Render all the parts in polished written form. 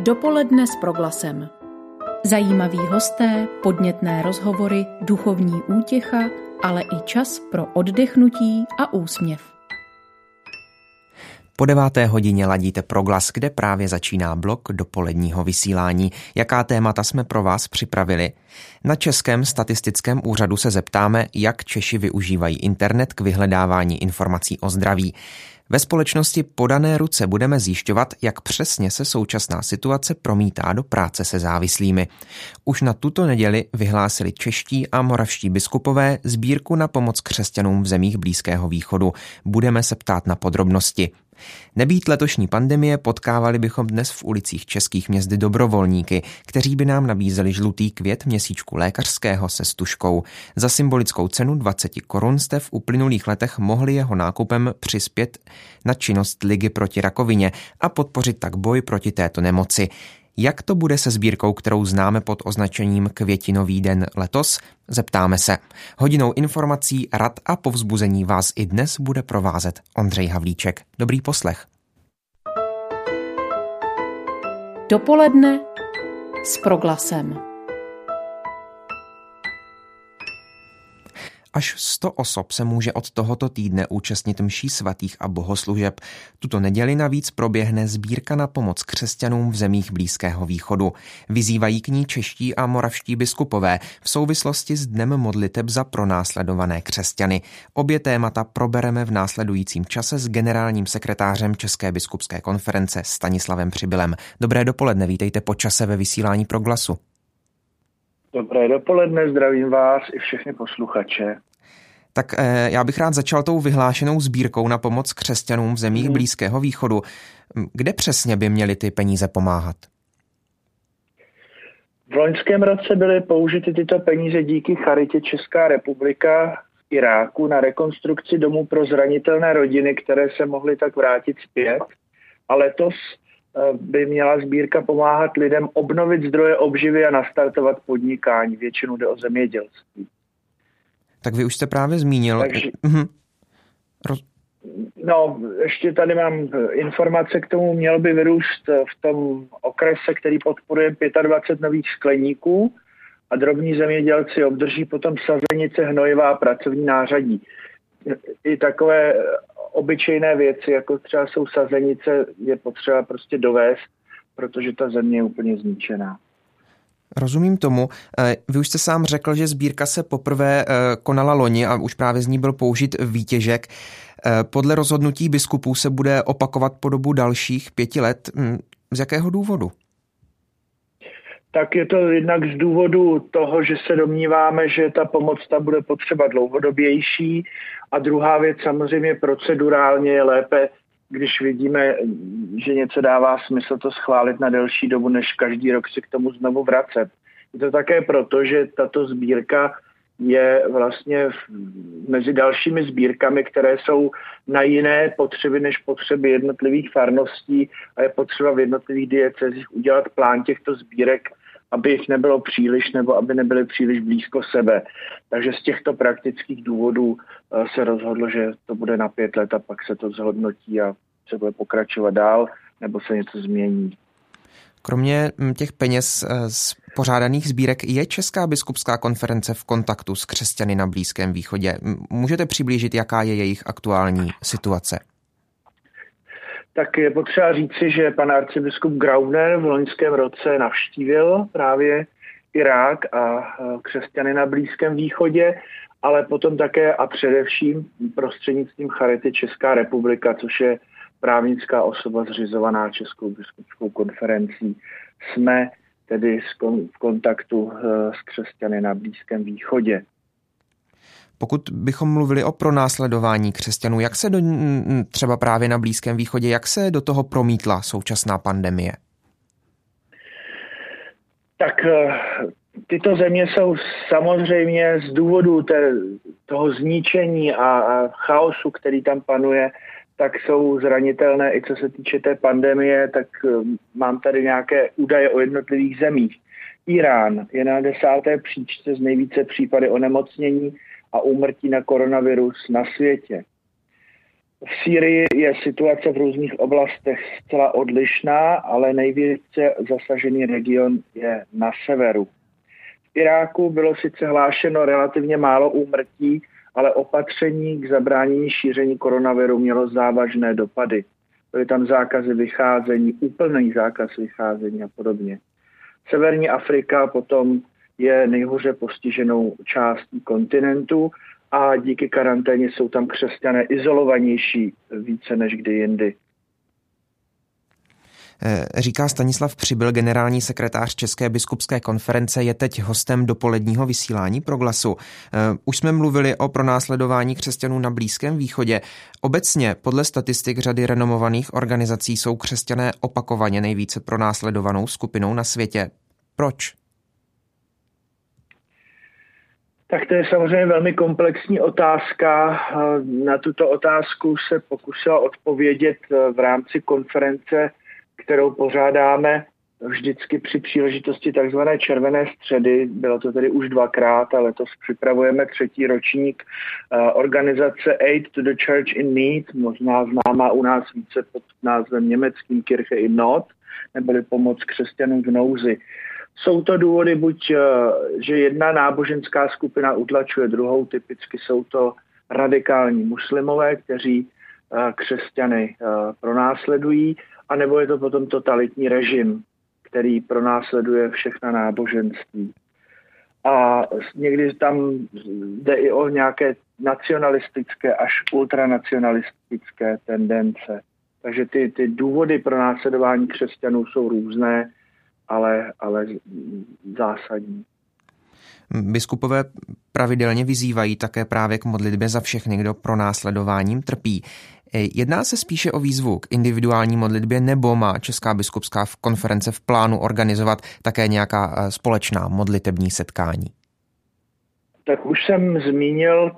Dopoledne s Proglasem. Zajímaví hosté, podnětné rozhovory, duchovní útěcha, ale i čas pro oddechnutí a úsměv. Po 9:00 ladíte Proglas, kde právě začíná blok dopoledního vysílání. Jaká témata jsme pro vás připravili? Na Českém statistickém úřadu se zeptáme, jak Češi využívají internet k vyhledávání informací o zdraví. Ve společnosti Podané ruce budeme zjišťovat, jak přesně se současná situace promítá do práce se závislými. Už na tuto neděli vyhlásili čeští a moravští biskupové sbírku na pomoc křesťanům v zemích Blízkého východu. Budeme se ptát na podrobnosti. Nebýt letošní pandemie, potkávali bychom dnes v ulicích českých měst dobrovolníky, kteří by nám nabízeli žlutý květ měsíčku lékařského se stužkou. Za symbolickou cenu 20 korun jste v uplynulých letech mohli jeho nákupem přispět na činnost Ligy proti rakovině a podpořit tak boj proti této nemoci. Jak to bude se sbírkou, kterou známe pod označením Květinový den letos? Zeptáme se. Hodinou informací, rad a povzbuzení vás i dnes bude provázet Ondřej Havlíček. Dobrý poslech. Dopoledne s Proglasem. Až 100 osob se může od tohoto týdne účastnit mší svatých a bohoslužeb. Tuto neděli navíc proběhne sbírka na pomoc křesťanům v zemích Blízkého východu. Vyzývají k ní čeští a moravští biskupové v souvislosti s dnem modliteb za pronásledované křesťany. Obě témata probereme v následujícím čase s generálním sekretářem České biskupské konference Stanislavem Přibylem. Dobré dopoledne, vítejte po čase ve vysílání Proglasu. Dobré dopoledne, zdravím vás i všechny posluchače. Tak já bych rád začal tou vyhlášenou sbírkou na pomoc křesťanům v zemích Blízkého východu. Kde přesně by měly ty peníze pomáhat? V loňském roce byly použity tyto peníze díky charitě Česká republika v Iráku na rekonstrukci domů pro zranitelné rodiny, které se mohly tak vrátit zpět. A letos by měla sbírka pomáhat lidem obnovit zdroje obživy a nastartovat podnikání. Většinou jde o zemědělství. Tak vy už jste právě zmínil. Takže, ještě tady mám informace k tomu. Mělo by vyrůst v tom okrese, který podporuje 25 nových skleníků a drobní zemědělci obdrží potom sazenice, hnojiva a pracovní nářadí. I takové obyčejné věci, jako třeba jsou sazenice, je potřeba prostě dovést, protože ta země je úplně zničená. Rozumím tomu. Vy už jste sám řekl, že sbírka se poprvé konala loni a už právě z ní byl použit výtěžek. Podle rozhodnutí biskupů se bude opakovat po dobu dalších 5 let. Z jakého důvodu? Tak je to jednak z důvodu toho, že se domníváme, že ta pomoc tam bude potřeba dlouhodobější. A druhá věc, samozřejmě procedurálně je lépe, když vidíme, že něco dává smysl to schválit na delší dobu, než každý rok se k tomu znovu vracet. Je to také proto, že tato sbírka je vlastně mezi dalšími sbírkami, které jsou na jiné potřeby než potřeby jednotlivých farností a je potřeba v jednotlivých diecezích udělat plán těchto sbírek, aby jich nebylo příliš nebo aby nebyly příliš blízko sebe. Takže z těchto praktických důvodů se rozhodlo, že to bude na 5 let a pak se to zhodnotí a se bude pokračovat dál nebo se něco změní. Kromě těch peněz z pořádaných sbírek je Česká biskupská konference v kontaktu s křesťany na Blízkém východě. Můžete přiblížit, jaká je jejich aktuální situace? Tak je potřeba říci, že pan arcibiskup Graubner v loňském roce navštívil právě Irák a křesťany na Blízkém východě, ale potom také a především prostřednictvím charity Česká republika, což je právnická osoba zřizovaná Českou biskupskou konferencí. Jsme tedy v kontaktu s křesťany na Blízkém východě. Pokud bychom mluvili o pronásledování křesťanů, jak se třeba právě na Blízkém východě, jak se do toho promítla současná pandemie? Tak tyto země jsou samozřejmě z důvodu toho zničení a chaosu, který tam panuje, tak jsou zranitelné i co se týče té pandemie, tak mám tady nějaké údaje o jednotlivých zemích. Irán je na 10. příčce z nejvíce případy onemocnění a úmrtí na koronavirus na světě. V Sýrii je situace v různých oblastech zcela odlišná, ale nejvíce zasažený region je na severu. V Iráku bylo sice hlášeno relativně málo úmrtí, ale opatření k zabránění šíření koronaviru mělo závažné dopady. Byly tam zákazy vycházení, úplný zákaz vycházení a podobně. Severní Afrika potom je nejhůře postiženou částí kontinentu a díky karanténě jsou tam křesťané izolovanější více než kdy jindy. Říká Stanislav Přibyl, generální sekretář České biskupské konference, je teď hostem dopoledního vysílání Proglasu. Už jsme mluvili o pronásledování křesťanů na Blízkém východě. Obecně podle statistik řady renomovaných organizací jsou křesťané opakovaně nejvíce pronásledovanou skupinou na světě. Proč? Tak to je samozřejmě velmi komplexní otázka. Na tuto otázku se pokusila odpovědět v rámci konference, kterou pořádáme vždycky při příležitosti takzvané Červené středy. Bylo to tedy už dvakrát a letos připravujeme 3. ročník organizace Aid to the Church in Need, možná známá u nás více pod názvem německým Kirche in Not, neboli pomoc křesťanům v nouzi. Jsou to důvody buď, že jedna náboženská skupina utlačuje druhou, typicky jsou to radikální muslimové, kteří křesťany pronásledují, anebo je to potom totalitní režim, který pronásleduje všechna náboženství. A někdy tam jde i o nějaké nacionalistické až ultranacionalistické tendence. Takže ty důvody pronásledování křesťanů jsou různé, ale zásadní. Biskupové pravidelně vyzývají také právě k modlitbě za všechny, kdo pronásledováním trpí. Jedná se spíše o výzvu k individuální modlitbě, nebo má Česká biskupská konference v plánu organizovat také nějaká společná modlitební setkání? Tak už jsem zmínil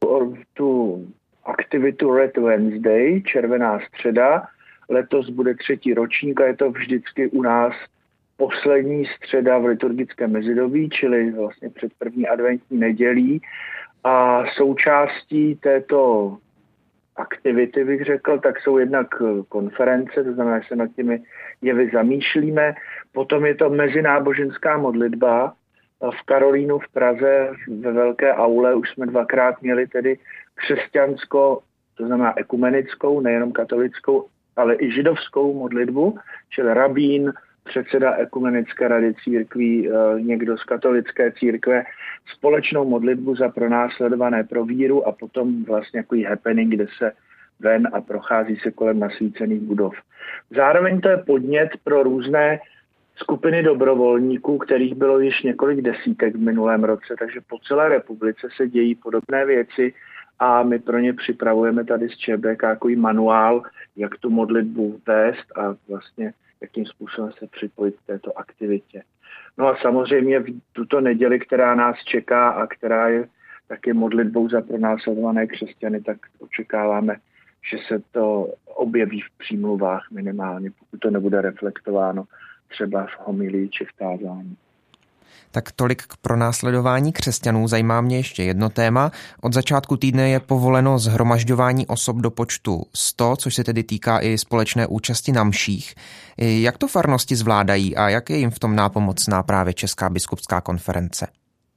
tu aktivitu Red Wednesday, Červená středa. Letos bude 3. ročník a je to vždycky u nás poslední středa v liturgickém mezidobí, čili vlastně před první adventní nedělí. A součástí této aktivity, bych řekl, tak jsou jednak konference, to znamená, že se nad těmi jevy zamýšlíme. Potom je to mezináboženská modlitba. V Karolínu v Praze ve velké aule už jsme 2krát měli tedy křesťanskou, to znamená ekumenickou, nejenom katolickou, ale i židovskou modlitbu, čili rabín, předseda ekumenické rady církví, někdo z katolické církve, společnou modlitbu za pronásledované pro víru a potom vlastně takový happening, kde se ven a prochází se kolem nasvícených budov. Zároveň to je podnět pro různé skupiny dobrovolníků, kterých bylo již několik desítek v minulém roce, takže po celé republice se dějí podobné věci a my pro ně připravujeme tady z ČBK takový manuál, jak tu modlitbu vést a vlastně jakým způsobem se připojit k této aktivitě. No a samozřejmě v tuto neděli, která nás čeká a která je taky modlitbou za pronásledované křesťany, tak očekáváme, že se to objeví v přímluvách minimálně, pokud to nebude reflektováno třeba v homilii či v kázání. Tak tolik k pronásledování křesťanů. Zajímá mě ještě jedno téma. Od začátku týdne je povoleno shromažďování osob do počtu 100, což se tedy týká i společné účasti na mších. Jak to farnosti zvládají a jak je jim v tom nápomocná právě Česká biskupská konference?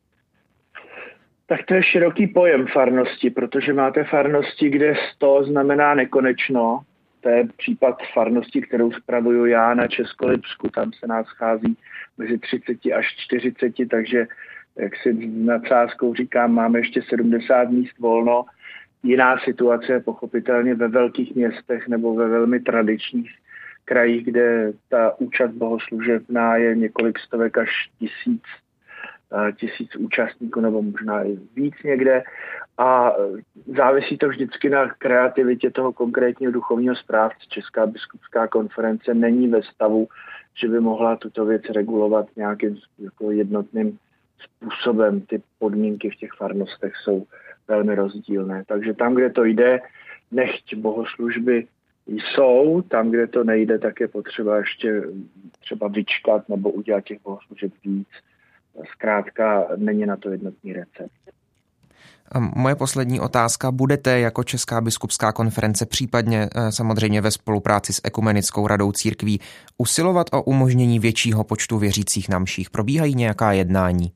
Tak to je široký pojem farnosti, protože máte farnosti, kde 100 znamená nekonečno. To je případ farnosti, kterou spravuju já na Českolipsku. Tam se nás schází mezi 30 až 40, takže jak si nadsázkou říkám, máme ještě 70 míst volno. Jiná situace je pochopitelně ve velkých městech nebo ve velmi tradičních krajích, kde ta účast bohoslužebná je několik stovek až tisíc účastníků nebo možná i víc někde. A závisí to vždycky na kreativitě toho konkrétního duchovního správce. Česká biskupská konference není ve stavu, že by mohla tuto věc regulovat nějakým jako jednotným způsobem. Ty podmínky v těch farnostech jsou velmi rozdílné. Takže tam, kde to jde, nechť bohoslužby jsou, tam, kde to nejde, tak je potřeba ještě třeba vyčkat nebo udělat těch bohoslužeb víc. Zkrátka není na to jednotný recept. A moje poslední otázka. Budete jako Česká biskupská konference, případně samozřejmě ve spolupráci s Ekumenickou radou církví, usilovat o umožnění většího počtu věřících na mších? Probíhají nějaká jednání?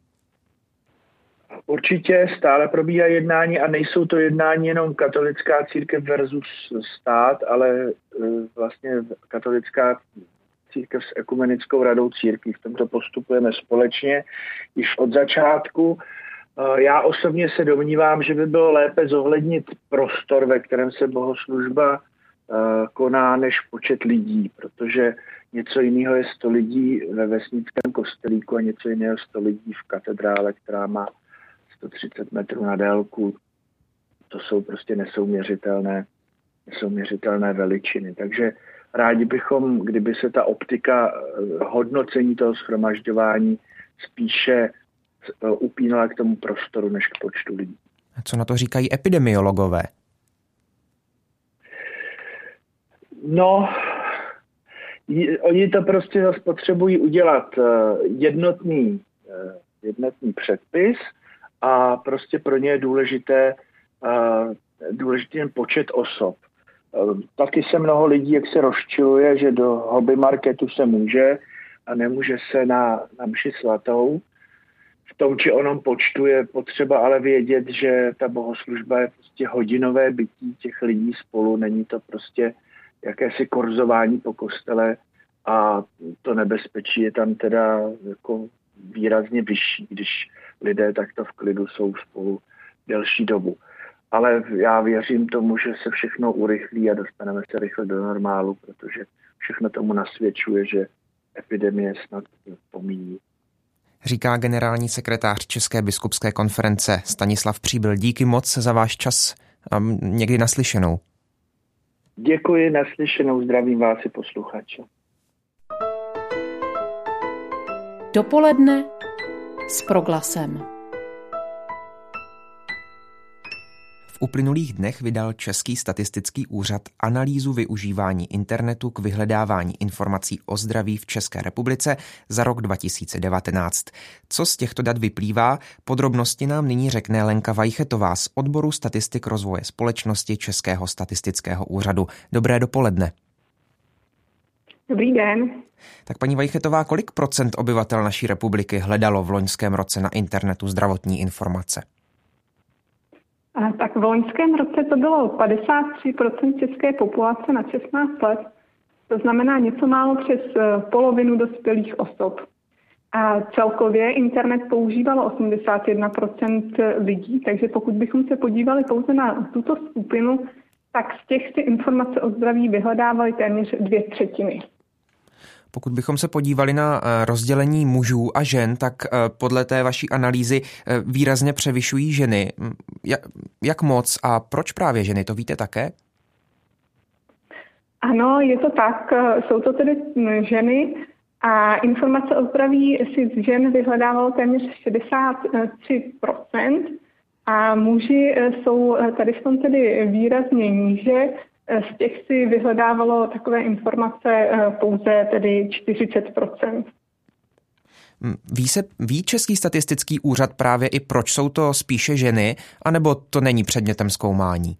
Určitě stále probíhají jednání a nejsou to jednání jenom katolická církev versus stát, ale vlastně katolická církev s Ekumenickou radou církví. V tomto postupujeme společně již od začátku. Já osobně se domnívám, že by bylo lépe zohlednit prostor, ve kterém se bohoslužba koná, než počet lidí, protože něco jiného je 100 lidí ve vesnickém kostelíku a něco jiného 100 lidí v katedrále, která má 130 metrů na délku. To jsou prostě nesouměřitelné veličiny. Takže rádi bychom, kdyby se ta optika hodnocení toho shromažďování spíše upínala k tomu prostoru, než k počtu lidí. A co na to říkají epidemiologové? No, oni to prostě zase potřebují udělat jednotný předpis a prostě pro ně je důležitý počet osob. Taky se mnoho lidí, jak se rozčiluje, že do hobby marketu se může a nemůže se na mši svatou. V tom či onom počtu je potřeba ale vědět, že ta bohoslužba je prostě hodinové bytí těch lidí spolu, není to prostě jakési korzování po kostele a to nebezpečí je tam teda jako výrazně vyšší, když lidé takto v klidu jsou spolu delší dobu. Ale já věřím tomu, že se všechno urychlí a dostaneme se rychle do normálu, protože všechno tomu nasvědčuje, že epidemie snad pomíjí. Říká generální sekretář České biskupské konference Stanislav Příbyl. Díky moc za váš čas a někdy naslyšenou. Děkuji, naslyšenou, zdravím vás i posluchače. Dopoledne s Proglasem. V uplynulých dnech vydal Český statistický úřad analýzu využívání internetu k vyhledávání informací o zdraví v České republice za rok 2019. Co z těchto dat vyplývá? Podrobnosti nám nyní řekne Lenka Vajchetová z odboru statistik rozvoje společnosti Českého statistického úřadu. Dobré dopoledne. Dobrý den. Tak paní Vajchetová, kolik procent obyvatel naší republiky hledalo v loňském roce na internetu zdravotní informace? Tak v loňském roce to bylo 53% české populace na 16 let. To znamená něco málo přes polovinu dospělých osob. A celkově internet používalo 81% lidí, takže pokud bychom se podívali pouze na tuto skupinu, tak z těch ty informace o zdraví vyhledávaly téměř 2/3. Pokud bychom se podívali na rozdělení mužů a žen, tak podle té vaší analýzy výrazně převyšují ženy. Jak moc a proč právě ženy? To víte také? Ano, je to tak. Jsou to tedy ženy a informace o zdraví si z žen vyhledávalo téměř 63% a muži jsou tady v tom tedy výrazně níže. Z těch si vyhledávalo takové informace pouze tedy 40%. Ví Český statistický úřad právě i proč jsou to spíše ženy, anebo to není předmětem zkoumání?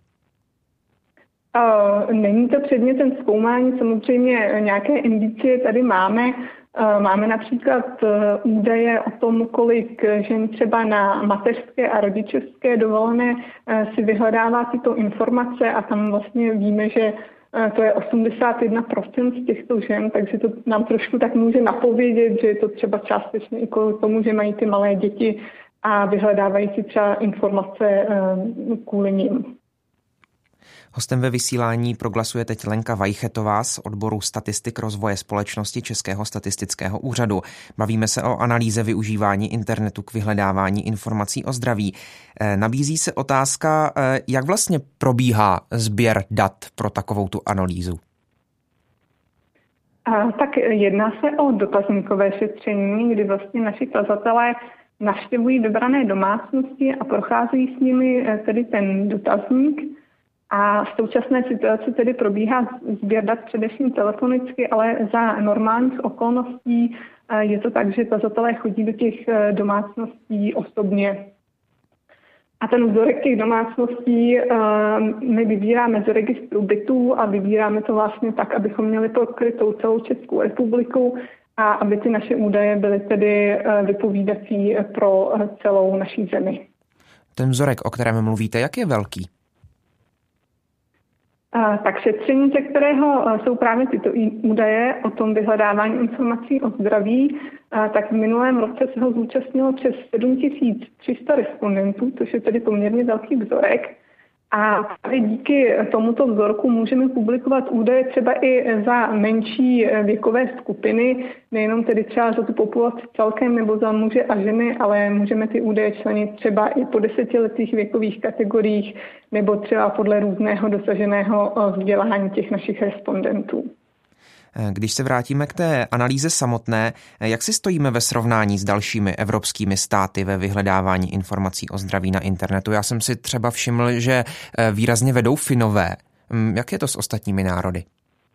Není to předmětem zkoumání, samozřejmě nějaké indicie tady máme. Máme například údaje o tom, kolik žen třeba na mateřské a rodičovské dovolené si vyhledává tyto informace a tam vlastně víme, že to je 81% z těchto žen, takže to nám trošku tak může napovědět, že je to třeba částečně i kvůli tomu, že mají ty malé děti a vyhledávají si třeba informace kvůli nim. Hostem ve vysílání proglasuje teď Lenka Vajchetová z odboru statistik rozvoje společnosti Českého statistického úřadu. Bavíme se o analýze využívání internetu k vyhledávání informací o zdraví. Nabízí se otázka, jak vlastně probíhá sběr dat pro takovou tu analýzu? Tak jedná se o dotazníkové šetření, kdy vlastně naši tazatelé navštěvují vybrané domácnosti a procházejí s nimi tedy ten dotazník. A v současné situaci tedy probíhá sběr dat především telefonicky, ale za normálních okolností je to tak, že tazatelé chodí do těch domácností osobně. A ten vzorek těch domácností my vybíráme z registru bytů a vybíráme to vlastně tak, abychom měli pokrytou celou Českou republiku a aby ty naše údaje byly tedy vypovídací pro celou naší zemi. Ten vzorek, o kterém mluvíte, jak je velký? Tak šetření, ze kterého jsou právě tyto údaje o tom vyhledávání informací o zdraví, tak v minulém roce se ho zúčastnilo přes 7300 respondentů, což je tedy poměrně velký vzorek. A díky tomuto vzorku můžeme publikovat údaje třeba i za menší věkové skupiny, nejenom tedy třeba za tu populaci celkem nebo za muže a ženy, ale můžeme ty údaje členit třeba i po 10letých věkových kategoriích nebo třeba podle různého dosaženého vzdělání těch našich respondentů. Když se vrátíme k té analýze samotné, jak si stojíme ve srovnání s dalšími evropskými státy ve vyhledávání informací o zdraví na internetu? Já jsem si třeba všiml, že výrazně vedou Finové. Jak je to s ostatními národy?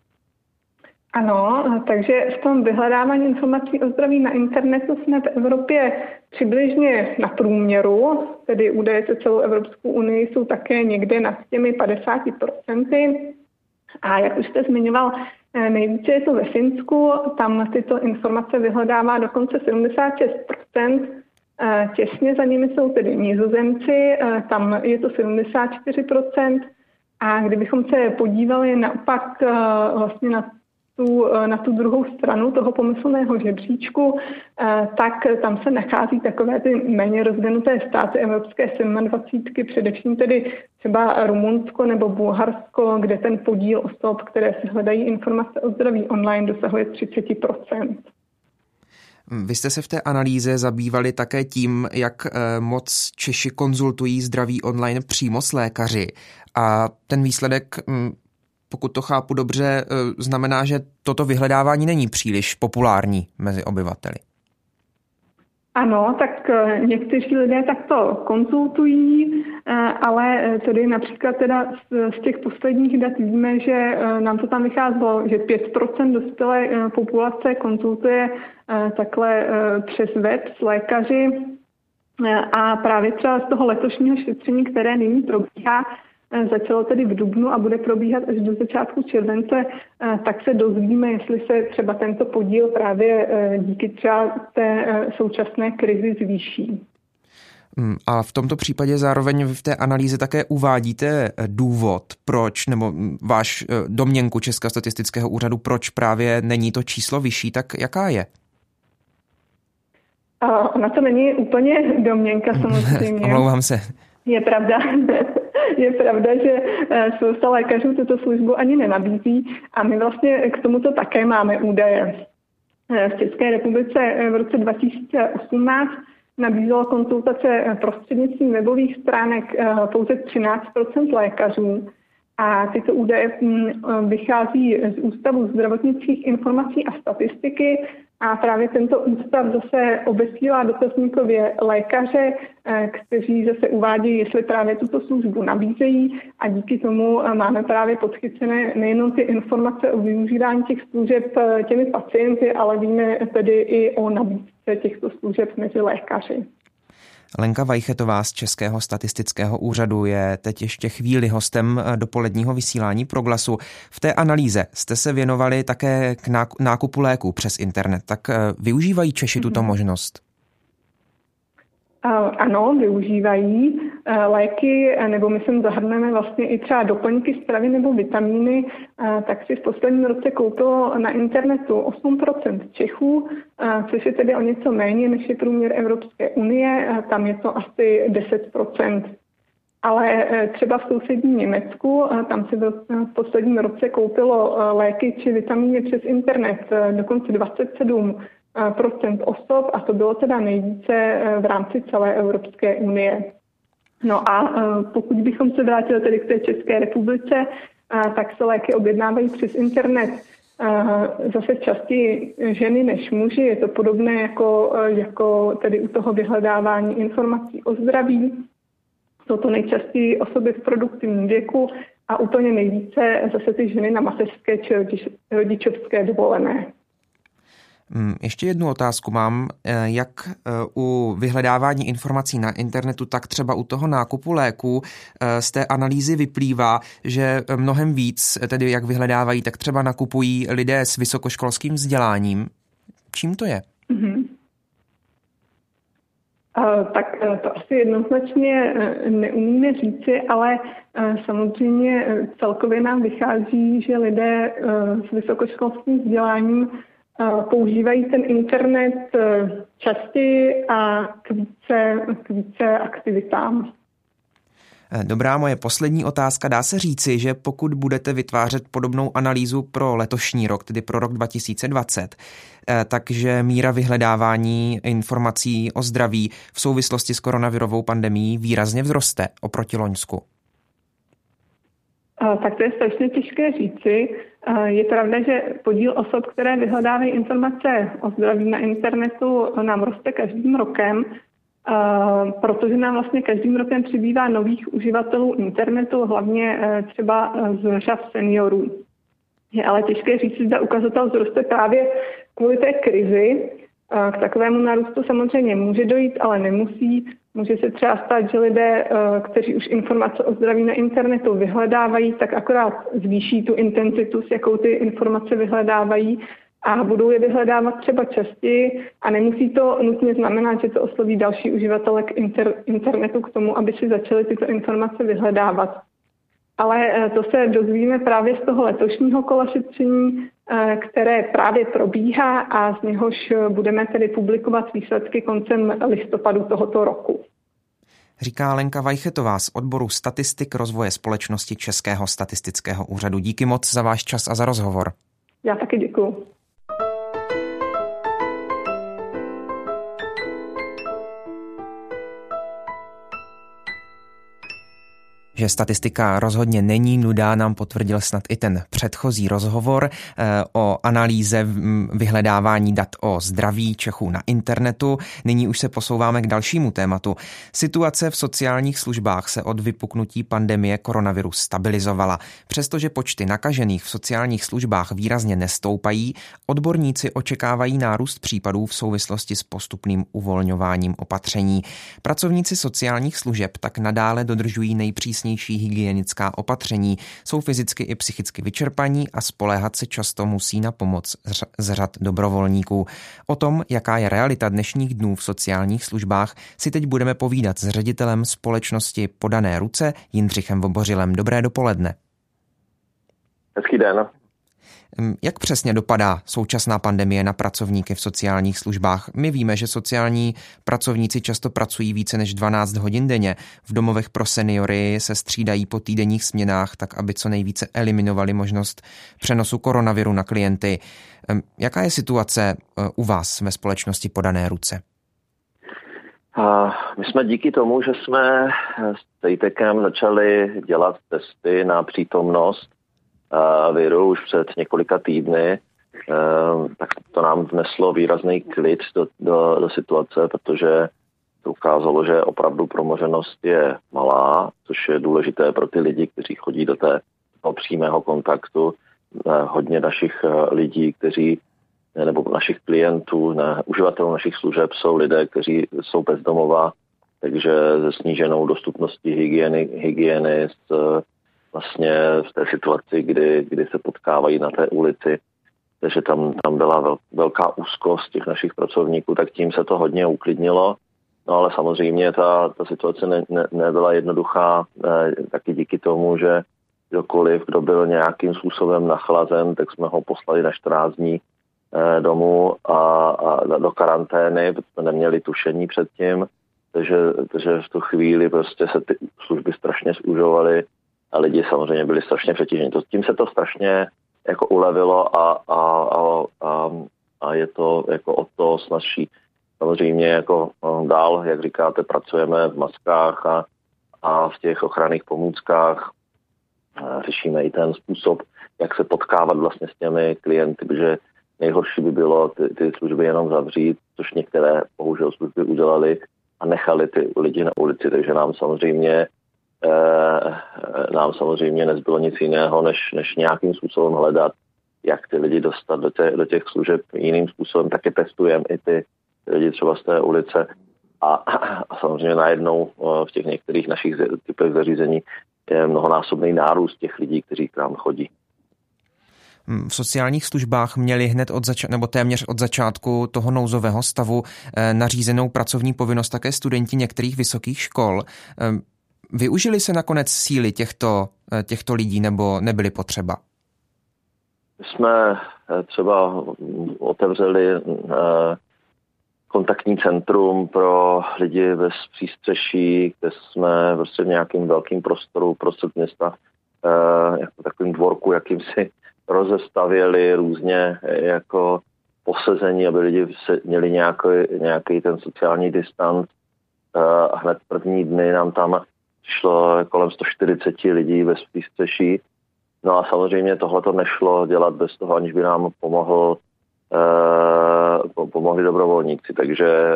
Ano, takže v tom vyhledávání informací o zdraví na internetu jsme v Evropě přibližně na průměru, tedy údaje za celou Evropskou unii jsou také někde nad těmi 50%. A jak už jste zmiňoval, nejvíce je to ve Finsku, tam tyto informace vyhledává dokonce 76%. Těsně za nimi jsou tedy Nizozemci, tam je to 74%. A kdybychom se podívali naopak vlastně na tu druhou stranu toho pomyslného žebříčku, tak tam se nachází takové ty méně rozvinuté státy Evropské 27, především tedy třeba Rumunsko nebo Bulharsko, kde ten podíl osob, které si hledají informace o zdraví online, dosahuje 30%. Vy jste se v té analýze zabývali také tím, jak moc Češi konzultují zdraví online přímo s lékaři. A ten výsledek, pokud to chápu dobře, znamená, že toto vyhledávání není příliš populární mezi obyvateli. Ano, tak někteří lidé takto konzultují, ale tedy například teda z těch posledních dat víme, že nám to tam vycházelo, že 5% dospělé populace konzultuje takhle přes web s lékaři a právě třeba z toho letošního šetření, které nyní probíhá, začalo tedy v dubnu a bude probíhat až do začátku července, tak se dozvíme, jestli se třeba tento podíl právě díky třeba té současné krizi zvýší. A v tomto případě zároveň v té analýze také uvádíte důvod, proč, nebo váš domněnku Českého statistického úřadu, proč právě není to číslo vyšší, tak jaká je? Ona to není úplně domněnka samozřejmě. Omlouvám se. Je pravda, že spousta lékařů tuto službu ani nenabízí a my vlastně k tomuto také máme údaje. V České republice v roce 2018 nabízelo konzultace prostřednictvím webových stránek pouze 13% lékařů a tyto údaje vychází z Ústavu zdravotnických informací a statistiky a právě tento ústav zase obesílá dotazníkově lékaře, kteří zase uvádějí, jestli právě tuto službu nabízejí a díky tomu máme právě podchycené nejenom ty informace o využívání těch služeb těmi pacienty, ale víme tedy i o nabídce těchto služeb mezi lékaři. Lenka Vajchetová z Českého statistického úřadu je teď ještě chvíli hostem dopoledního vysílání Proglasu. V té analýze jste se věnovali také k nákupu léků přes internet. Tak využívají Češi tuto možnost? Ano, využívají léky, nebo my sem zahrneme vlastně i třeba doplňky stravy nebo vitamíny, tak si v posledním roce koupilo na internetu 8% Čechů, což je tedy o něco méně než je průměr Evropské unie, tam je to asi 10%. Ale třeba v sousedním Německu, tam si v posledním roce koupilo léky či vitamíny přes internet dokonce 27% osob a to bylo teda nejvíce v rámci celé Evropské unie. No a pokud bychom se vrátili tedy k té České republice, tak se léky objednávají přes internet zase častěji ženy než muži. Je to podobné jako tedy u toho vyhledávání informací o zdraví. Jsou to nejčastěji osoby v produktivním věku a úplně nejvíce zase ty ženy na mateřské či rodičovské dovolené. Ještě jednu otázku mám. Jak u vyhledávání informací na internetu, tak třeba u toho nákupu léků z té analýzy vyplývá, že mnohem víc, tedy jak vyhledávají, tak třeba nakupují lidé s vysokoškolským vzděláním. Čím to je? Tak to asi jednoznačně neumíme říci, ale samozřejmě celkově nám vychází, že lidé s vysokoškolským vzděláním používají ten internet častěji a k více aktivitám. Dobrá, moje poslední otázka. Dá se říci, že pokud budete vytvářet podobnou analýzu pro letošní rok, tedy pro rok 2020, takže míra vyhledávání informací o zdraví v souvislosti s koronavirovou pandemií výrazně vzroste oproti loňsku? Tak to je strašně těžké říci. Je pravda, že podíl osob, které vyhledávají informace o zdraví na internetu, nám roste každým rokem, protože nám vlastně každým rokem přibývá nových uživatelů internetu, hlavně třeba z řad seniorů. Je ale těžké říct, zda ukazatel vzroste právě kvůli té krizi. K takovému nárůstu samozřejmě může dojít, ale nemusí. Může se třeba stát, že lidé, kteří už informace o zdraví na internetu vyhledávají, tak akorát zvýší tu intenzitu, s jakou ty informace vyhledávají a budou je vyhledávat třeba častěji a nemusí to nutně znamenat, že to osloví další uživatele k internetu k tomu, aby si začali tyto informace vyhledávat. Ale to se dozvíme právě z toho letošního kola šetření, které právě probíhá a z něhož budeme tedy publikovat výsledky koncem listopadu tohoto roku. Říká Lenka Vajchetová z odboru statistik rozvoje společnosti Českého statistického úřadu. Díky moc za váš čas a za rozhovor. Já taky děkuju. Že statistika rozhodně není nuda, nám potvrdil snad i ten předchozí rozhovor o analýze vyhledávání dat o zdraví Čechů na internetu. Nyní už se posouváme k dalšímu tématu. Situace v sociálních službách se od vypuknutí pandemie koronaviru stabilizovala. Přestože počty nakažených v sociálních službách výrazně nestoupají, odborníci očekávají nárůst případů v souvislosti s postupným uvolňováním opatření. Pracovníci sociálních služeb tak nadále dodržují nejpřísnější hygienická opatření, jsou fyzicky i psychicky vyčerpaní a spoléhat se často musí na pomoc z řad dobrovolníků. O tom, jaká je realita dnešních dnů v sociálních službách, si teď budeme povídat s ředitelem společnosti Podané ruce Jindřichem Vobořilem. Dobré dopoledne. Hezký den. Jak přesně dopadá současná pandemie na pracovníky v sociálních službách? My víme, že sociální pracovníci často pracují více než 12 hodin denně. V domovech pro seniory se střídají po týdenních směnách, tak aby co nejvíce eliminovali možnost přenosu koronaviru na klienty. Jaká je situace u vás ve společnosti Podané ruce? My jsme díky tomu, že jsme s Tejtekem začali dělat testy na přítomnost viru už před několika týdny, tak to nám vneslo výrazný klid do situace, protože to ukázalo, že opravdu promořenost je malá, což je důležité pro ty lidi, kteří chodí do toho přímého kontaktu. Hodně našich lidí, nebo našich klientů, uživatelů našich služeb jsou lidé, kteří jsou bezdomová, takže se sníženou dostupností hygieny vlastně v té situaci, kdy se potkávají na té ulici, takže tam byla velká úzkost těch našich pracovníků, tak tím se to hodně uklidnilo. No ale samozřejmě ta situace nebyla jednoduchá, taky díky tomu, že kdokoliv, kdo byl nějakým způsobem nachlazen, tak jsme ho poslali na 14 dní domů a do karantény, protože jsme neměli tušení předtím, takže v tu chvíli prostě se ty služby strašně zužovaly a lidi samozřejmě byli strašně přetíženi. Tím se to strašně jako ulevilo a je to jako o to snazší. Samozřejmě jako dál, jak říkáte, pracujeme v maskách a v těch ochranných pomůckách. Řešíme i ten způsob, jak se potkávat vlastně s těmi klienty, protože nejhorší by bylo ty služby jenom zavřít, což některé bohužel služby udělali a nechali ty lidi na ulici, takže nám samozřejmě nezbylo nic jiného, než nějakým způsobem hledat, jak ty lidi dostat do těch služeb jiným způsobem, taky testujeme i ty lidi třeba z té ulice a samozřejmě najednou v těch některých našich typech zařízení je mnohonásobný nárůst těch lidí, kteří k nám chodí. V sociálních službách měli hned nebo téměř od začátku toho nouzového stavu nařízenou pracovní povinnost také studenti některých vysokých škol. Využili se nakonec síly těchto lidí nebo nebyly potřeba? Jsme třeba otevřeli kontaktní centrum pro lidi bez přístřeší, kde jsme prostě v nějakým velkým prostoru prostřed města, jako takovým dvorku, jakýmsi rozestavěli různě jako posezení, aby lidi měli nějaký ten sociální distanc. A hned první dny nám tam šlo kolem 140 lidí bez přístřeší. No a samozřejmě tohleto nešlo dělat bez toho, aniž by nám pomohli dobrovolníci. Takže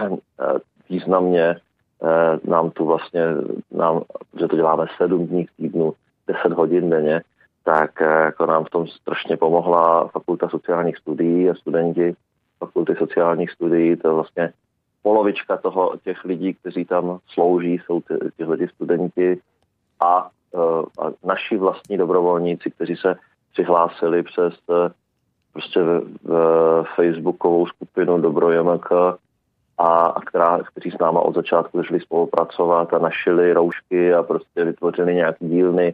významně nám tu vlastně, že to děláme 7 dní v týdnu, 10 hodin denně, tak jako nám v tom strašně pomohla Fakulta sociálních studií a studenti Fakulty sociálních studií. To je vlastně polovička těch lidí, kteří tam slouží, jsou tyhle studenti a naši vlastní dobrovolníci, kteří se přihlásili přes prostě facebookovou skupinu Dobro.jmk kteří s náma od začátku začali spolupracovat a našili roušky a prostě vytvořili nějaký dílny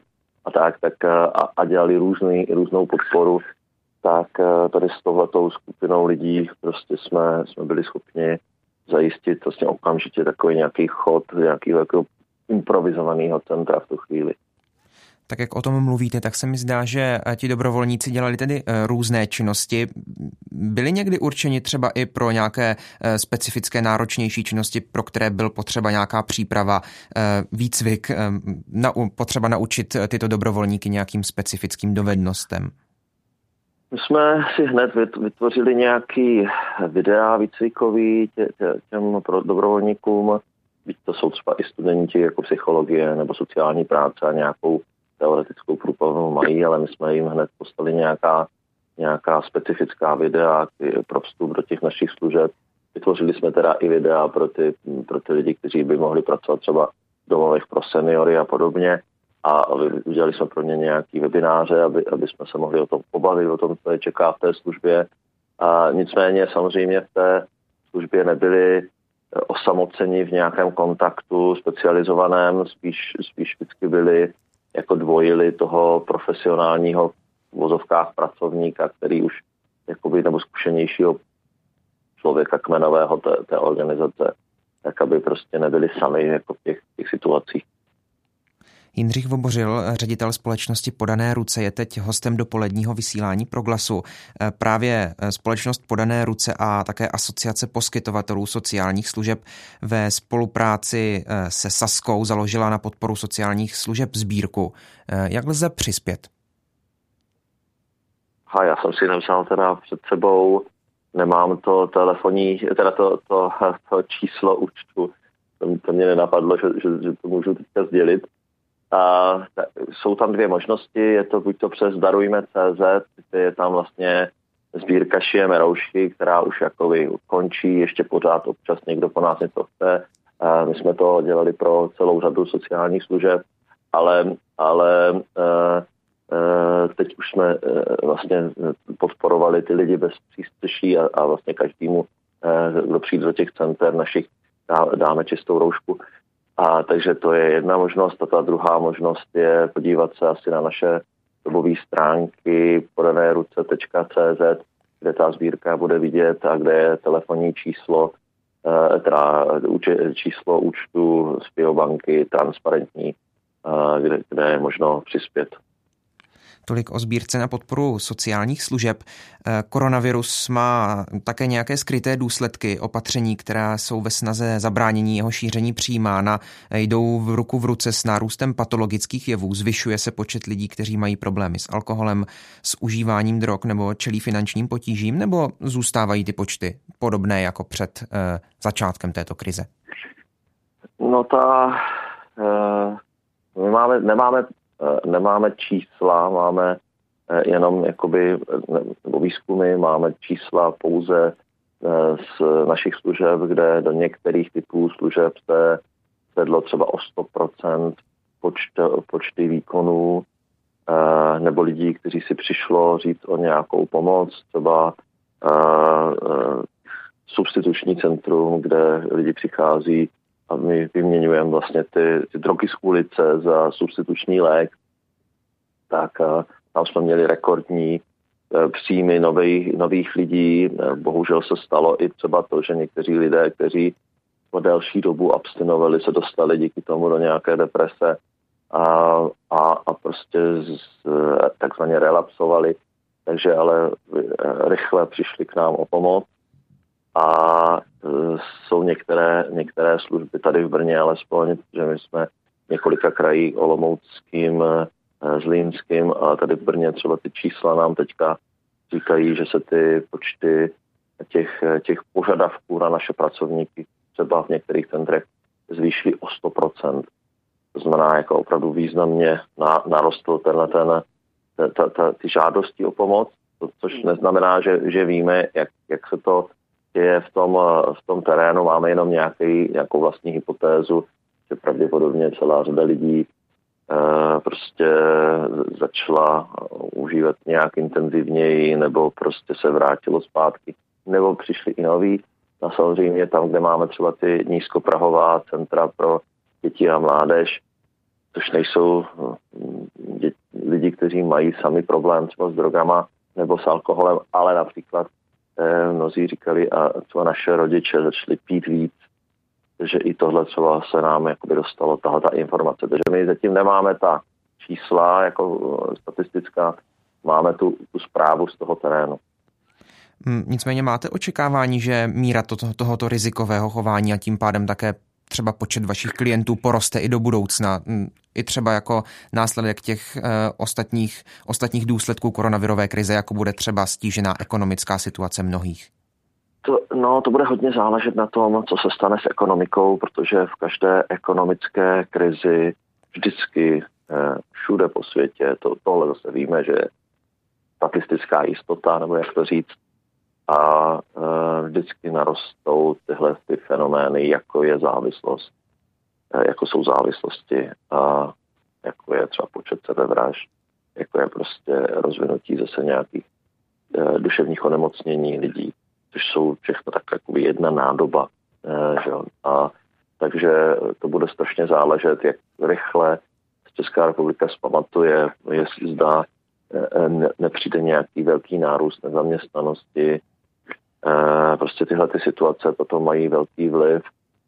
a dělali různou podporu, tak tady s touhletou skupinou lidí prostě jsme byli schopni zajistit vlastně okamžitě takový nějaký chod nějakého jako improvizovaného centra v tu chvíli. Tak jak o tom mluvíte, tak se mi zdá, že ti dobrovolníci dělali tedy různé činnosti. Byli někdy určeni třeba i pro nějaké specifické náročnější činnosti, pro které byl potřeba nějaká příprava, výcvik, potřeba naučit tyto dobrovolníky nějakým specifickým dovednostem? My jsme si hned vytvořili nějaký videa výcvikový těm dobrovolníkům, byť to jsou třeba i studenti jako psychologie nebo sociální práce a nějakou teoretickou průpravu mají, ale my jsme jim hned poslali nějaká specifická videa pro vstup do těch našich služeb. Vytvořili jsme teda i videa pro ty lidi, kteří by mohli pracovat třeba v domovech pro seniory a podobně. A udělali jsme pro ně nějaký webináře, aby jsme se mohli o tom pobavit, o tom, co je čeká v té službě. A nicméně samozřejmě v té službě nebyli osamoceni v nějakém kontaktu specializovaném, spíš vždycky byli jako dvojili toho profesionálního v vozovkách pracovníka, který už jakoby, nebo zkušenějšího člověka kmenového té organizace, tak aby prostě nebyli sami jako v těch situacích. Jindřich Vobořil, ředitel společnosti Podané ruce, je teď hostem dopoledního vysílání Proglasu. Právě společnost Podané ruce a také Asociace poskytovatelů sociálních služeb ve spolupráci se Saskou založila na podporu sociálních služeb sbírku. Jak lze přispět? Já jsem si napsal teda před sebou, nemám to telefonní, teda to číslo účtu, to mě nenapadlo, že to můžu teďka sdělit. Jsou tam 2 možnosti, je to buď to přes darujme.cz, kde je tam vlastně sbírka Šijeme roušky, která už jakoby končí, ještě pořád občas někdo po nás něco chce. My jsme to dělali pro celou řadu sociálních služeb, ale teď už jsme vlastně podporovali ty lidi bez přístřeší a vlastně každému, kdo přijde do těch center našich, dáme čistou roušku. Takže to je jedna možnost a ta druhá možnost je podívat se asi na naše webové stránky podaneruce.cz, kde ta sbírka bude vidět a kde je telefonní číslo, číslo účtu z biobanky transparentní, kde je možno přispět. Tolik o sbírce na podporu sociálních služeb. Koronavirus má také nějaké skryté důsledky opatření, která jsou ve snaze zabránění jeho šíření přijímána. Jdou v ruku v ruce s nárůstem patologických jevů. Zvyšuje se počet lidí, kteří mají problémy s alkoholem, s užíváním drog nebo čelí finančním potížím, nebo zůstávají ty počty podobné jako před začátkem této krize? No my nemáme čísla, máme jenom jakoby, nebo výzkumy, máme čísla pouze z našich služeb, kde do některých typů služeb se vedlo třeba o 100% počty výkonů nebo lidí, kteří si přišlo říct o nějakou pomoc, třeba substituční centrum, kde lidi přichází a my vyměňujeme vlastně ty drogy z ulice za substituční lék, tak tam jsme měli rekordní příjmy nových lidí. Bohužel se stalo i třeba to, že někteří lidé, kteří po delší dobu abstinovali, se dostali díky tomu do nějaké deprese a prostě takzvaně relapsovali. Takže ale rychle přišli k nám o pomoc. A jsou některé služby tady v Brně alespoň, že my jsme několika krajích, Olomouckým, Zlínským, a tady v Brně třeba ty čísla nám teďka říkají, že se ty počty těch požadavků na naše pracovníky třeba v některých centrech zvýšily o 100%. To znamená, jako opravdu významně narostl ty žádosti o pomoc, což neznamená, že víme, jak se to děje v tom terénu. Máme jenom nějakou vlastní hypotézu, že pravděpodobně celá řada lidí prostě začala užívat nějak intenzivněji, nebo prostě se vrátilo zpátky, nebo přišli i noví. A samozřejmě tam, kde máme třeba ty nízkoprahová centra pro děti a mládež, což nejsou lidi, kteří mají sami problém třeba s drogama nebo s alkoholem, ale například mnozí říkali, a třeba naše rodiče začali pít víc, takže i tohle třeba se nám jakoby dostalo, ta informace. Takže my zatím nemáme ta čísla jako statistická, máme tu zprávu z toho terénu. Nicméně máte očekávání, že míra tohoto rizikového chování a tím pádem také třeba počet vašich klientů poroste i do budoucna, i třeba jako následek těch ostatních důsledků koronavirové krize, jako bude třeba stížená ekonomická situace mnohých? To bude hodně záležet na tom, co se stane s ekonomikou, protože v každé ekonomické krizi vždycky všude po světě, tohle zase víme, že statistická jistota, nebo jak to říct, a vždycky narostou tyhle ty fenomény, jako je závislost, jako jsou závislosti, a jako je třeba počet sebevražd, jako je prostě rozvinutí zase nějakých duševních onemocnění lidí, což jsou všechno tak jako jedna nádoba. Že? A takže to bude strašně záležet, jak rychle Česká republika zpamatuje, jestli zda nepřijde nějaký velký nárůst nezaměstnanosti. Prostě tyhle ty situace potom mají velký vliv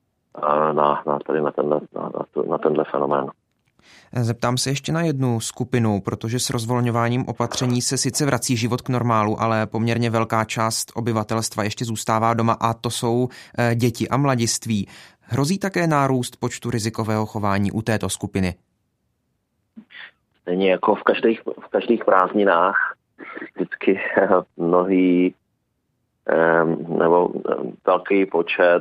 na tenhle fenomén. Zeptám se ještě na jednu skupinu, protože s rozvolňováním opatření se sice vrací život k normálu, ale poměrně velká část obyvatelstva ještě zůstává doma, a to jsou děti a mladiství. Hrozí také nárůst počtu rizikového chování u této skupiny? Stejně jako v každých prázdninách vždycky mnohý nebo velký počet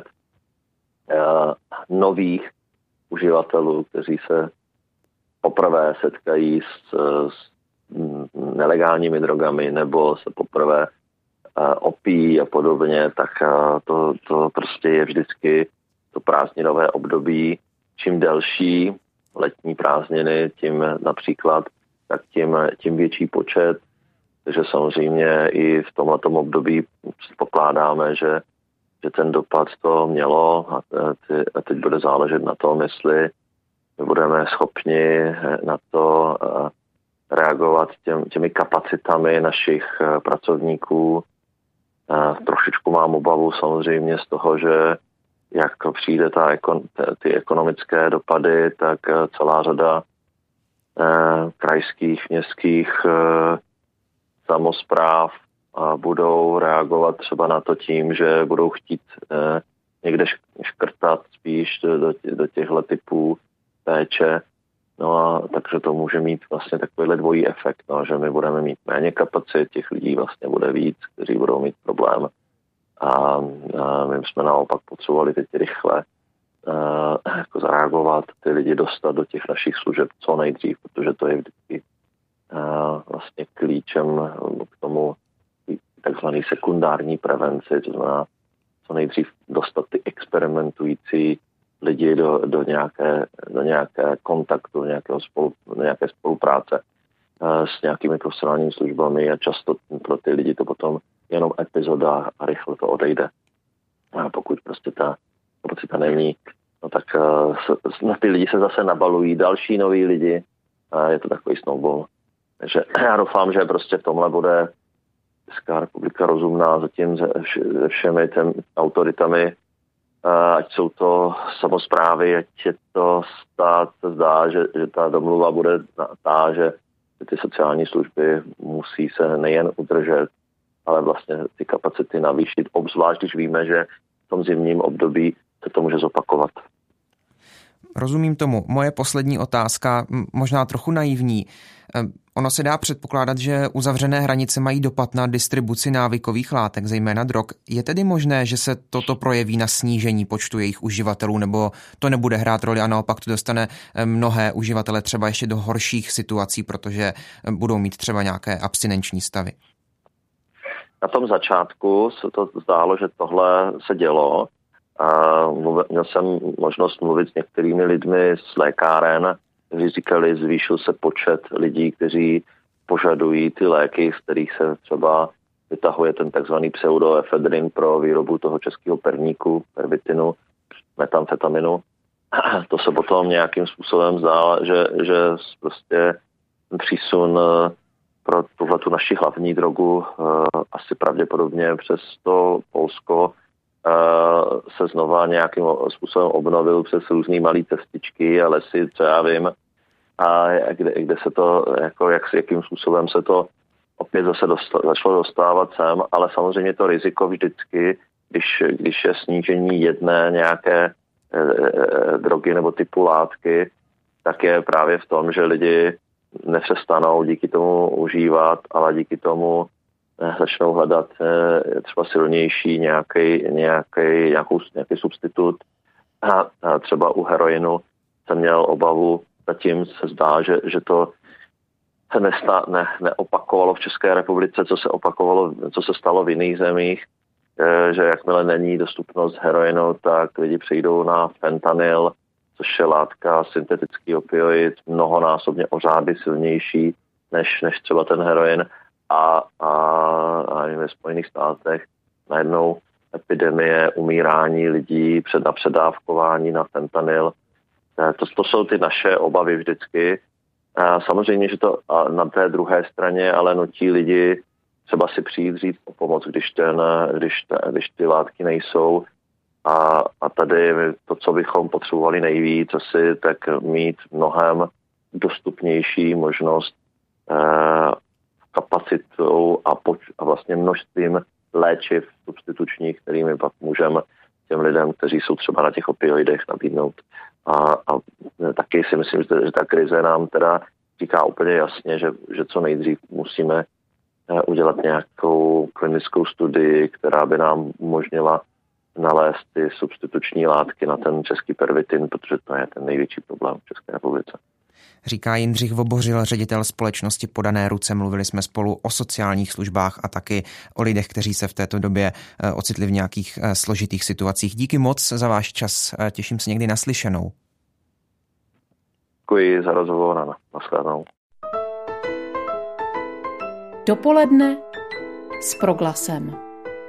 nových uživatelů, kteří se poprvé setkají s nelegálními drogami nebo se poprvé opíjí a podobně, tak to prostě je vždycky to prázdninové období. Čím delší letní prázdniny, tím například, tak tím větší počet. Takže samozřejmě i v tomhletom období předpokládáme, že ten dopad to mělo, a teď bude záležet na tom, jestli budeme schopni na to reagovat těmi kapacitami našich pracovníků. Trošičku mám obavu samozřejmě z toho, že jak přijde ty ekonomické dopady, tak celá řada krajských, městských samospráv budou reagovat třeba na to tím, že budou chtít někde škrtat spíš do těchto typů péče. No a takže to může mít vlastně takovýhle dvojí efekt, že my budeme mít méně kapacit, těch lidí vlastně bude víc, kteří budou mít problém. A my jsme naopak potřebovali teď rychle jako zareagovat, ty lidi dostat do těch našich služeb co nejdřív, protože to je vždycky vlastně klíčem k tomu takzvaný sekundární prevenci, to znamená co nejdřív dostat ty experimentující lidi do nějaké kontaktu, do nějaké spolupráce s nějakými profesionálními službami a často pro ty lidi to potom jenom epizoda a rychle to odejde. A pokud prostě ta kapacita není, no tak na ty lidi se zase nabalují další noví lidi a je to takový snowball. Takže já doufám, že prostě v tomhle bude Česká republika rozumná zatím se všemi těmi autoritami, ať jsou to samosprávy, ať je to stát, se zdá, že ta domluva bude ta, že ty sociální služby musí se nejen udržet, ale vlastně ty kapacity navýšit, obzvlášť když víme, že v tom zimním období se to může zopakovat. Rozumím tomu. Moje poslední otázka, možná trochu naivní. Ono se dá předpokládat, že uzavřené hranice mají dopad na distribuci návykových látek, zejména drog. Je tedy možné, že se toto projeví na snížení počtu jejich uživatelů, nebo to nebude hrát roli a naopak to dostane mnohé uživatele třeba ještě do horších situací, protože budou mít třeba nějaké abstinenční stavy? Na tom začátku se to zdálo, že tohle se dělo. Měl jsem možnost mluvit s některými lidmi z lékáren, kteří říkali, zvýšil se počet lidí, kteří požadují ty léky, z kterých se třeba vytahuje ten takzvaný pseudoefedrin pro výrobu toho českého perníku, pervitinu, metamfetaminu. To se potom nějakým způsobem zdá, že prostě přísun pro tuhletu naši hlavní drogu asi pravděpodobně přes to Polsko se znova nějakým způsobem obnovil přes různý malý cestičky a lesy, co já vím, a kde se to, jako jakým způsobem se to opět zase začalo dostávat sem, ale samozřejmě to riziko vždycky, když je snížení jedné nějaké drogy nebo typu látky, tak je právě v tom, že lidi nepřestanou díky tomu užívat, ale díky tomu začnou hledat třeba silnější nějaký substitut. A třeba u heroinu jsem měl obavu, zatím se zdá, že to se neopakovalo v České republice, co se stalo v jiných zemích, že jakmile není dostupnost heroinu, tak lidi přejdou na fentanyl, což je látka, syntetický opioid, mnohonásobně o řády silnější než třeba ten heroin. A ve Spojených státech najednou epidemie, umírání lidí, předávkování na fentanyl. To jsou ty naše obavy vždycky. Samozřejmě, že to na té druhé straně ale nutí lidi třeba si přijít říct o pomoc, když ty látky nejsou. A tady to, co bychom potřebovali nejvíc, asi tak mít mnohem dostupnější možnost kapacitou a vlastně množstvím léčiv substitučních, kterými pak můžeme těm lidem, kteří jsou třeba na těch opioidech, nabídnout. A taky si myslím, že ta krize nám teda říká úplně jasně, že co nejdřív musíme udělat nějakou klinickou studii, která by nám umožnila nalézt ty substituční látky na ten český pervitin, protože to je ten největší problém v České republice. Říká Jindřich Vobořil, ředitel společnosti Podané ruce. Mluvili jsme spolu o sociálních službách a taky o lidech, kteří se v této době ocitli v nějakých složitých situacích. Díky moc za váš čas. Těším se někdy naslyšenou. Děkuji za rozhovor. Naschledanou. Dopoledne s Proglasem.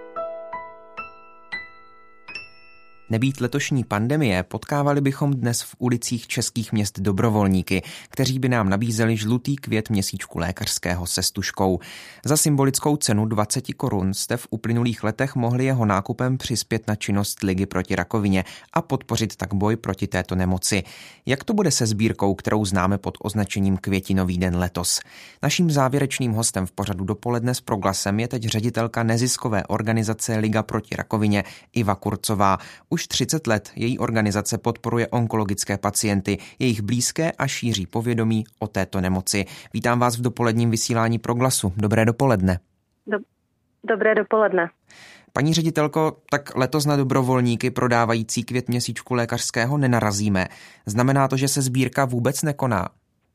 Nebýt letošní pandemie, potkávali bychom dnes v ulicích českých měst dobrovolníky, kteří by nám nabízeli žlutý květ měsíčku lékařského se stužkou. Za symbolickou cenu 20 korun jste v uplynulých letech mohli jeho nákupem přispět na činnost Ligy proti rakovině a podpořit tak boj proti této nemoci. Jak to bude se sbírkou, kterou známe pod označením Květinový den letos? Naším závěrečným hostem v pořadu Dopoledne s Proglasem je teď ředitelka neziskové organizace Liga proti rakovině Iva Kurcová. Už 30 let její organizace podporuje onkologické pacienty, jejich blízké a šíří povědomí o této nemoci. Vítám vás v dopoledním vysílání Proglasu. Dobré dopoledne. Dobré dopoledne. Paní ředitelko, tak letos na dobrovolníky prodávající květ měsíčku lékařského nenarazíme. Znamená to, že se sbírka vůbec nekoná?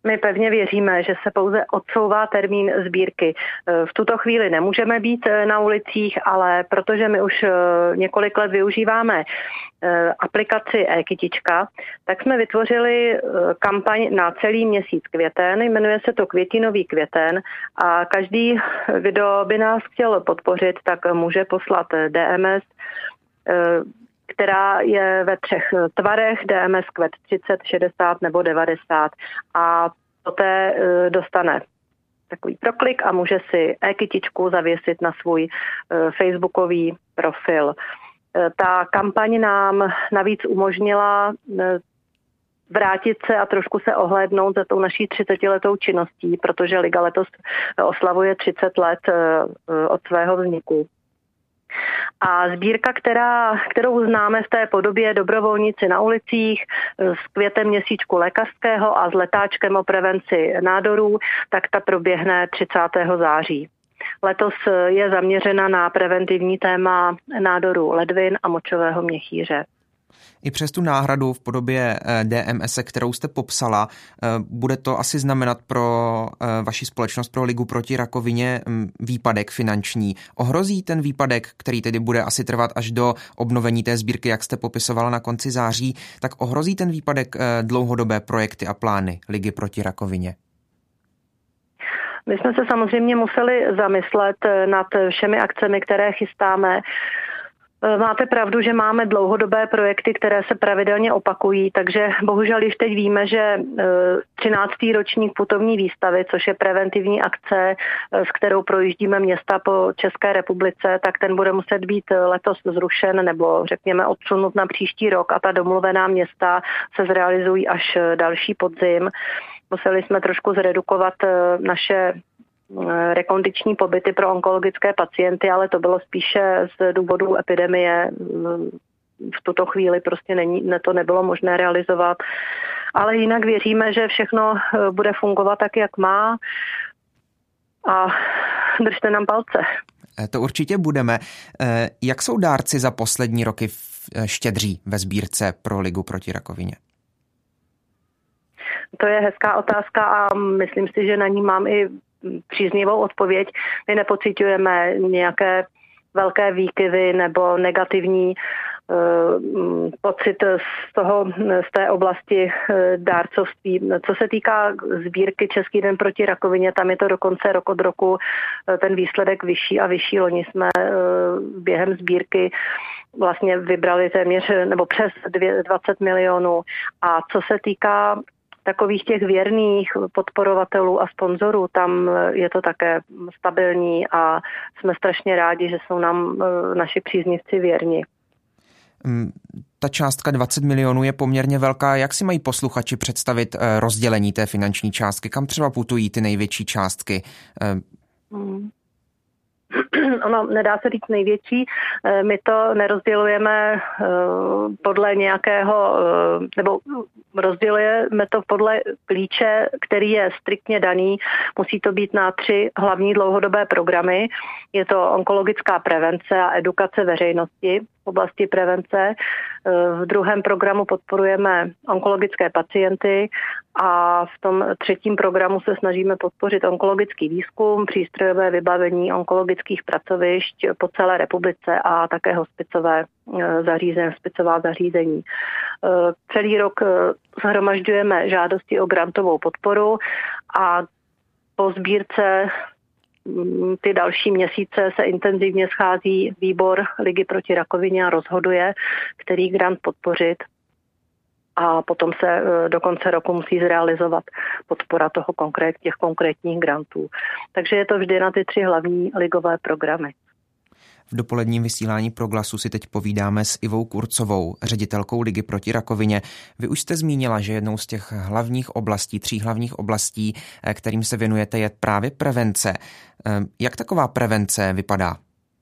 My pevně věříme, že se pouze odsouvá termín sbírky. V tuto chvíli nemůžeme být na ulicích, ale protože my už několik let využíváme aplikaci e-kytička, tak jsme vytvořili kampaň na celý měsíc květen, jmenuje se to Květinový květen a každý, kdo by nás chtěl podpořit, tak může poslat DMS, která je ve 3 tvarech, DMS kvet 30, 60 nebo 90 a poté dostane takový proklik a může si e-kytičku zavěsit na svůj facebookový profil. Ta kampaň nám navíc umožnila vrátit se a trošku se ohlédnout za tou naší 30letou činností, protože Liga letos oslavuje 30 let od svého vzniku. A sbírka, kterou známe v té podobě dobrovolníci na ulicích s květem měsíčku lékařského a s letáčkem o prevenci nádorů, tak ta proběhne 30. září. Letos je zaměřena na preventivní téma nádoru ledvin a močového měchýře. I přes tu náhradu v podobě DMS, kterou jste popsala, bude to asi znamenat pro vaši společnost, pro Ligu proti rakovině, výpadek finanční. Ohrozí ten výpadek, který tedy bude asi trvat až do obnovení té sbírky, jak jste popisovala na konci září, tak ohrozí ten výpadek dlouhodobé projekty a plány Ligy proti rakovině? My jsme se samozřejmě museli zamyslet nad všemi akcemi, které chystáme. Máte pravdu, že máme dlouhodobé projekty, které se pravidelně opakují, takže bohužel již teď víme, že 13. ročník putovní výstavy, což je preventivní akce, s kterou projíždíme města po České republice, tak ten bude muset být letos zrušen nebo řekněme odsunut na příští rok a ta domluvená města se zrealizují až další podzim. Museli jsme trošku zredukovat naše rekondiční pobyty pro onkologické pacienty, ale to bylo spíše z důvodu epidemie. V tuto chvíli prostě to nebylo možné realizovat. Ale jinak věříme, že všechno bude fungovat tak, jak má a držte nám palce. To určitě budeme. Jak jsou dárci za poslední roky štědří ve sbírce pro Ligu proti rakovině? To je hezká otázka a myslím si, že na ní mám i příznivou odpověď. My nepociťujeme nějaké velké výkyvy nebo negativní pocit z té oblasti dárcovství. Co se týká sbírky Český den proti rakovině, tam je to dokonce rok od roku ten výsledek vyšší a vyšší. Loni jsme během sbírky vlastně vybrali téměř nebo přes 20 milionů. A co se týká takových těch věrných podporovatelů a sponzorů, tam je to také stabilní a jsme strašně rádi, že jsou nám naši příznivci věrni. Ta částka 20 milionů je poměrně velká. Jak si mají posluchači představit rozdělení té finanční částky? Kam třeba putují ty největší částky? Ono nedá se říct největší. My to nerozdělujeme podle nějakého, nebo rozdělujeme to podle klíče, který je striktně daný. Musí to být na 3 hlavní dlouhodobé programy. Je to onkologická prevence a edukace veřejnosti v oblasti prevence. V druhém programu podporujeme onkologické pacienty a v tom 3. programu se snažíme podpořit onkologický výzkum, přístrojové vybavení onkologických pracovišť po celé republice a také hospicová zařízení. Celý rok shromažďujeme žádosti o grantovou podporu a po sbírce ty další měsíce se intenzivně schází výbor Ligy proti rakovině a rozhoduje, který grant podpořit. A potom se do konce roku musí zrealizovat podpora těch konkrétních grantů. Takže je to vždy na ty 3 hlavní ligové programy. V dopoledním vysílání Proglasu si teď povídáme s Ivou Kurcovou, ředitelkou Ligy proti rakovině. Vy už jste zmínila, že jednou z těch hlavních oblastí, 3 hlavních oblastí, kterým se věnujete, je právě prevence. Jak taková prevence vypadá?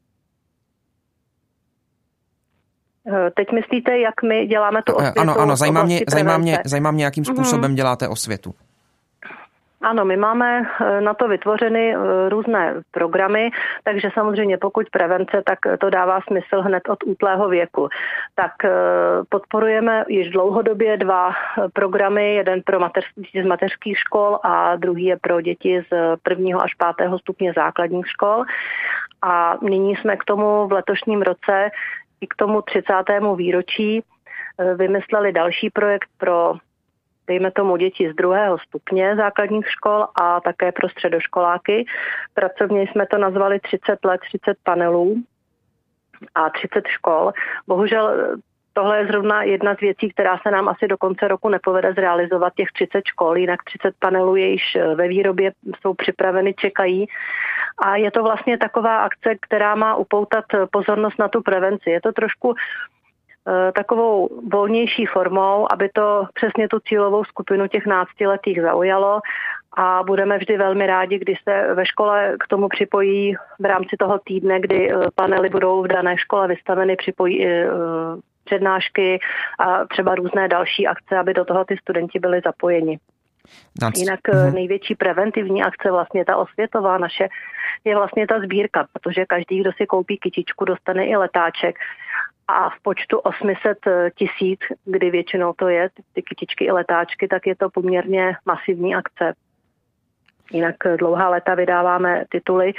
Teď myslíte, jak my děláme tu osvětu? Ano, zajímá mě, jakým způsobem děláte osvětu. Ano, my máme na to vytvořeny různé programy, takže samozřejmě pokud prevence, tak to dává smysl hned od útlého věku. Tak podporujeme již dlouhodobě 2 programy, jeden pro z mateřských škol a druhý je pro děti z 1. až 5. stupně základních škol. A nyní jsme k tomu v letošním roce i k tomu 30. výročí vymysleli další projekt pro dejme tomu děti z 2. stupně základních škol a také pro středoškoláky. Pracovně jsme to nazvali 30 let, 30 panelů a 30 škol. Bohužel tohle je zrovna jedna z věcí, která se nám asi do konce roku nepovede zrealizovat, těch 30 škol, jinak 30 panelů je již ve výrobě, jsou připraveny, čekají. A je to vlastně taková akce, která má upoutat pozornost na tu prevenci. Je to trošku takovou volnější formou, aby to přesně tu cílovou skupinu těch 12letých zaujalo a budeme vždy velmi rádi, když se ve škole k tomu připojí v rámci toho týdne, kdy panely budou v dané škole vystaveny, připojí přednášky a třeba různé další akce, aby do toho ty studenti byli zapojeni. Jinak největší preventivní akce, vlastně ta osvětová naše, je vlastně ta sbírka, protože každý, kdo si koupí kytičku, dostane i letáček. A v počtu 800 000, kdy většinou to je, ty kytičky i letáčky, tak je to poměrně masivní akce. Jinak dlouhá léta vydáváme tituly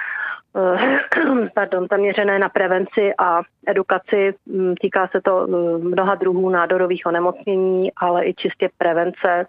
zaměřené na prevenci a edukaci. Týká se to mnoha druhů nádorových onemocnění, ale i čistě prevence.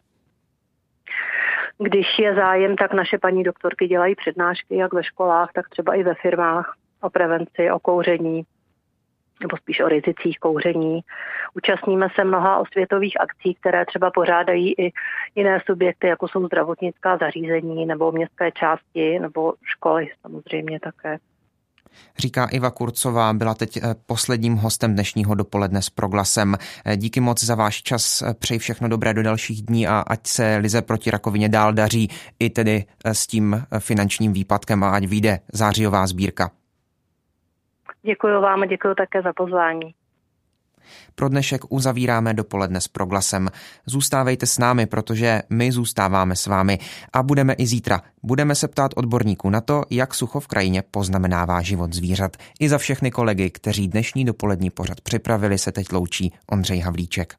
Když je zájem, tak naše paní doktorky dělají přednášky jak ve školách, tak třeba i ve firmách o prevenci, o kouření, nebo spíš o rizicích kouření. Účastníme se mnoha osvětových akcí, které třeba pořádají i jiné subjekty, jako jsou zdravotnická zařízení nebo městské části nebo školy samozřejmě také. Říká Iva Kurcová, byla teď posledním hostem dnešního dopoledne s Proglasem. Díky moc za váš čas, přeji všechno dobré do dalších dní a ať se lize proti rakovině dál daří i tedy s tím finančním výpadkem a ať vyjde zářijová sbírka. Děkuji vám a děkuji také za pozvání. Pro dnešek uzavíráme dopoledne s Proglasem. Zůstávejte s námi, protože my zůstáváme s vámi a budeme i zítra. Budeme se ptát odborníků na to, jak sucho v krajině poznamenává život zvířat. I za všechny kolegy, kteří dnešní dopolední pořad připravili, se teď loučí Ondřej Havlíček.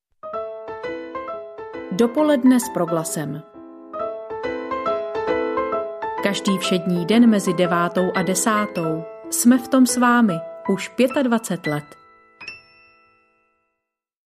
Dopoledne s Proglasem. Každý všední den mezi 9. a 10. Jsme v tom s vámi už 25 let.